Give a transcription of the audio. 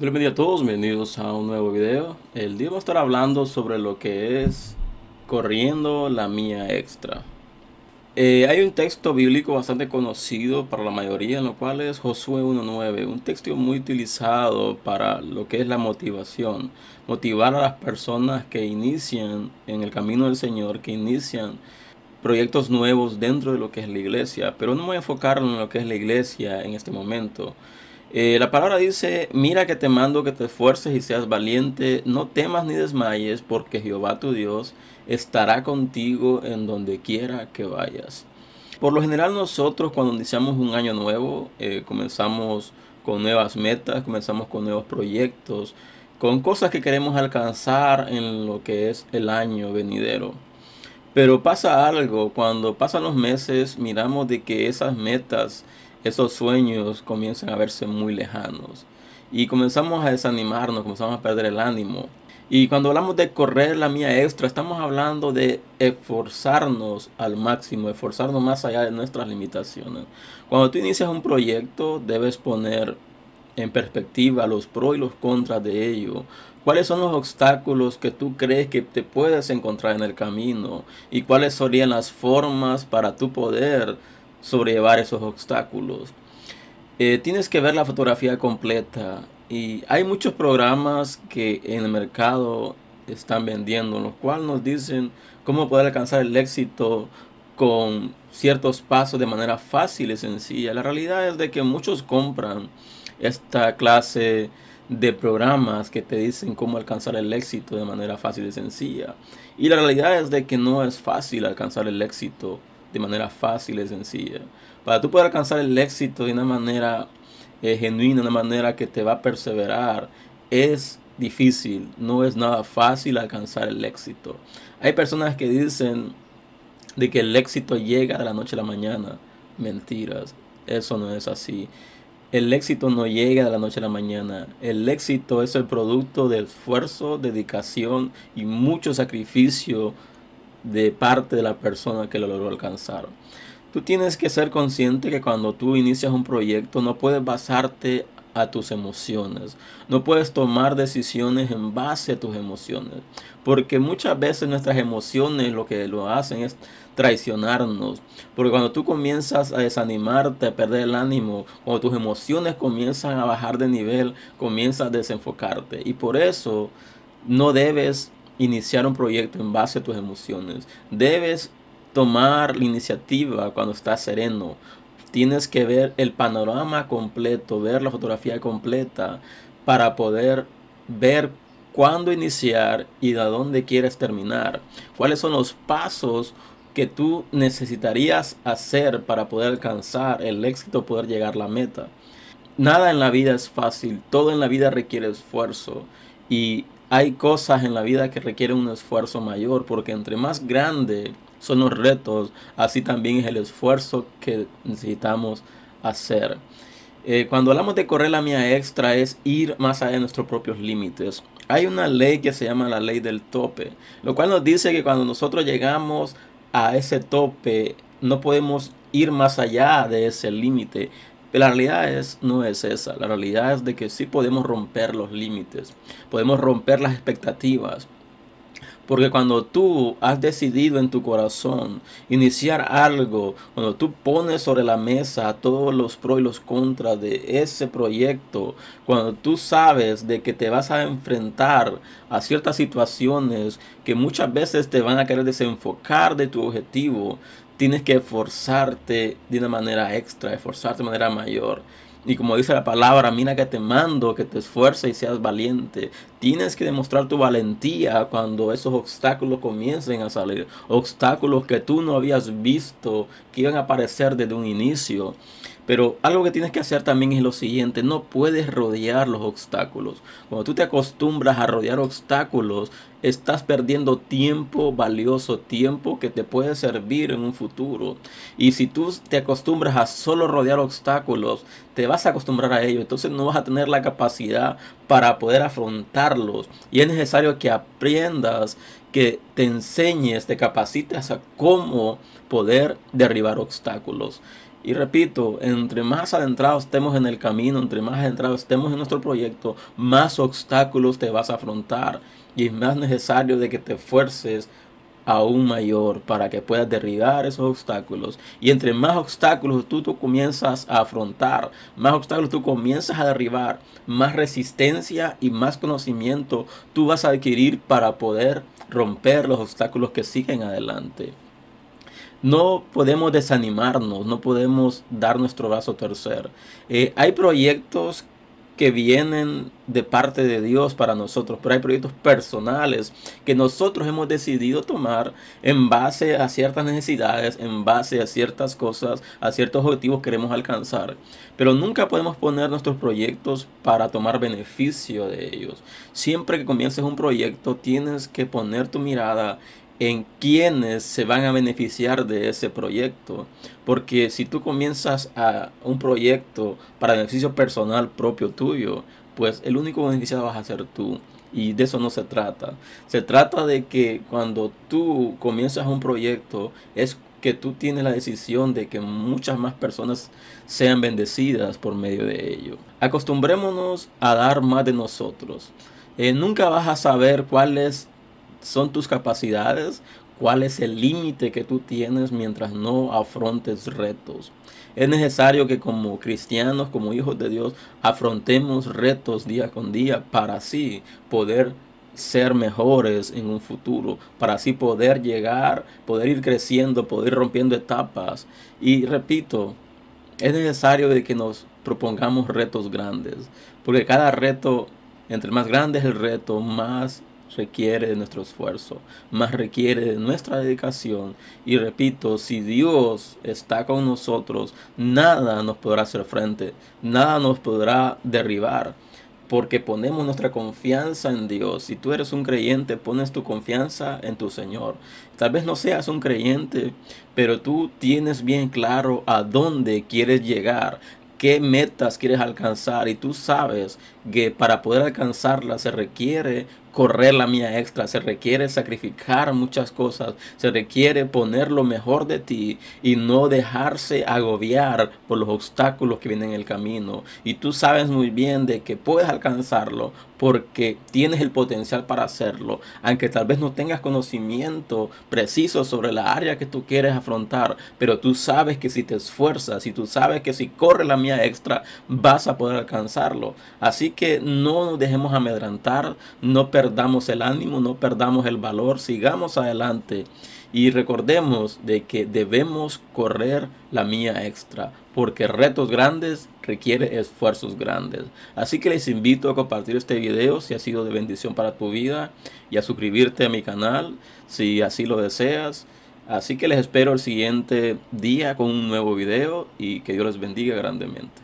Bienvenidos a todos, bienvenidos a un nuevo video. El día vamos a estar hablando sobre lo que es corriendo la mía extra. Hay un texto bíblico bastante conocido para la mayoría, en lo cual es Josué 1:9, un texto muy utilizado para lo que es la motivación, motivar a las personas que inician en el camino del Señor, que inician proyectos nuevos dentro de lo que es la iglesia, pero no me voy a enfocar en lo que es la iglesia en este momento. La palabra dice, mira que te mando que te esfuerces y seas valiente, no temas ni desmayes, porque Jehová tu Dios estará contigo en donde quiera que vayas. Por lo general nosotros cuando iniciamos un año nuevo, comenzamos con nuevas metas, comenzamos con nuevos proyectos, con cosas que queremos alcanzar en lo que es el año venidero. Pero pasa algo, cuando pasan los meses, miramos de que esas metas, esos sueños comienzan a verse muy lejanos. Y comenzamos a desanimarnos, comenzamos a perder el ánimo. Y cuando hablamos de correr la mía extra, estamos hablando de esforzarnos al máximo, esforzarnos más allá de nuestras limitaciones. Cuando tú inicias un proyecto, debes poner en perspectiva los pros y los contras de ello. ¿Cuáles son los obstáculos que tú crees que te puedes encontrar en el camino? ¿Y cuáles serían las formas para tú poder sobrellevar esos obstáculos? Tienes que ver la fotografía completa. Y hay muchos programas que en el mercado están vendiendo, en los cuales nos dicen cómo poder alcanzar el éxito con ciertos pasos de manera fácil y sencilla. La realidad es de que muchos compran esta clase de programas que te dicen cómo alcanzar el éxito de manera fácil y sencilla. Y la realidad es de que no es fácil alcanzar el éxito de manera fácil y sencilla. Para tú poder alcanzar el éxito de una manera genuina, de una manera que te va a perseverar, es difícil, no es nada fácil alcanzar el éxito. Hay personas que dicen de que el éxito llega de la noche a la mañana. Mentiras, eso no es así. El éxito no llega de la noche a la mañana. El éxito es el producto de esfuerzo, dedicación y mucho sacrificio de parte de la persona que lo logró alcanzar. Tú tienes que ser consciente que cuando tú inicias un proyecto no puedes basarte a tus emociones. No puedes tomar decisiones en base a tus emociones. Porque muchas veces nuestras emociones lo que lo hacen es traicionarnos. Porque cuando tú comienzas a desanimarte, a perder el ánimo, cuando tus emociones comienzan a bajar de nivel, comienzas a desenfocarte. Y por eso no debes iniciar un proyecto en base a tus emociones. Debes tomar la iniciativa cuando estás sereno. Tienes que ver el panorama completo, ver la fotografía completa para poder ver cuándo iniciar y a dónde quieres terminar. Cuáles son los pasos que tú necesitarías hacer para poder alcanzar el éxito, poder llegar a la meta. Nada en la vida es fácil, todo en la vida requiere esfuerzo y hay cosas en la vida que requieren un esfuerzo mayor porque entre más grande son los retos, así también es el esfuerzo que necesitamos hacer. Cuando hablamos de correr la mía extra es ir más allá de nuestros propios límites. Hay una ley que se llama la ley del tope, lo cual nos dice que cuando nosotros llegamos a ese tope no podemos ir más allá de ese límite. Pero la realidad no es esa. La realidad es de que sí podemos romper los límites, podemos romper las expectativas. Porque cuando tú has decidido en tu corazón iniciar algo, cuando tú pones sobre la mesa todos los pros y los contras de ese proyecto, cuando tú sabes de que te vas a enfrentar a ciertas situaciones que muchas veces te van a querer desenfocar de tu objetivo, tienes que esforzarte de una manera extra, esforzarte de manera mayor. Y como dice la palabra, mira que te mando, que te esfuerces y seas valiente. Tienes que demostrar tu valentía cuando esos obstáculos comiencen a salir. Obstáculos que tú no habías visto que iban a aparecer desde un inicio. Pero algo que tienes que hacer también es lo siguiente, no puedes rodear los obstáculos. Cuando tú te acostumbras a rodear obstáculos, estás perdiendo tiempo valioso, tiempo que te puede servir en un futuro. Y si tú te acostumbras a solo rodear obstáculos, te vas a acostumbrar a ello, entonces no vas a tener la capacidad para poder afrontarlos. Y es necesario que aprendas, que te enseñes, te capacites a cómo poder derribar obstáculos. Y repito, entre más adentrados estemos en el camino, entre más adentrados estemos en nuestro proyecto, más obstáculos te vas a afrontar. Y es más necesario de que te esfuerces aún mayor para que puedas derribar esos obstáculos. Y entre más obstáculos tú comienzas a afrontar, más obstáculos tú comienzas a derribar, más resistencia y más conocimiento tú vas a adquirir para poder romper los obstáculos que siguen adelante. No podemos desanimarnos, no podemos dar nuestro brazo a torcer. Hay proyectos que vienen de parte de Dios para nosotros, pero hay proyectos personales que nosotros hemos decidido tomar en base a ciertas necesidades, en base a ciertas cosas, a ciertos objetivos que queremos alcanzar. Pero nunca podemos poner nuestros proyectos para tomar beneficio de ellos. Siempre que comiences un proyecto, tienes que poner tu mirada en quienes se van a beneficiar de ese proyecto. Porque si tú comienzas a un proyecto para beneficio personal propio tuyo, pues el único beneficiado vas a ser tú. Y de eso no se trata. Se trata de que cuando tú comienzas un proyecto, es que tú tienes la decisión de que muchas más personas sean bendecidas por medio de ello. Acostumbrémonos a dar más de nosotros. Nunca vas a saber cuáles son tus capacidades, cuál es el límite que tú tienes mientras no afrontes retos. Es necesario que como cristianos, como hijos de Dios, afrontemos retos día con día para así poder ser mejores en un futuro, para así poder llegar, poder ir creciendo, poder ir rompiendo etapas. Y repito, es necesario de que nos propongamos retos grandes, porque cada reto, entre más grande es el reto, más requiere de nuestro esfuerzo, más requiere de nuestra dedicación. Y repito, si Dios está con nosotros, nada nos podrá hacer frente, nada nos podrá derribar, porque ponemos nuestra confianza en Dios. Si tú eres un creyente, pones tu confianza en tu Señor. Tal vez no seas un creyente, pero tú tienes bien claro a dónde quieres llegar, qué metas quieres alcanzar, y tú sabes que para poder alcanzarlas se requiere correr la mía extra, se requiere sacrificar muchas cosas, se requiere poner lo mejor de ti y no dejarse agobiar por los obstáculos que vienen en el camino. Y tú sabes muy bien de que puedes alcanzarlo porque tienes el potencial para hacerlo, aunque tal vez no tengas conocimiento preciso sobre la área que tú quieres afrontar, pero tú sabes que si te esfuerzas y tú sabes que si corres la mía extra vas a poder alcanzarlo. Así que no nos dejemos amedrentar, no perdamos el ánimo, no perdamos el valor, sigamos adelante y recordemos de que debemos correr la mía extra, porque retos grandes requiere esfuerzos grandes. Así que les invito a compartir este video si ha sido de bendición para tu vida y a suscribirte a mi canal si así lo deseas. Así que les espero el siguiente día con un nuevo video y que Dios les bendiga grandemente.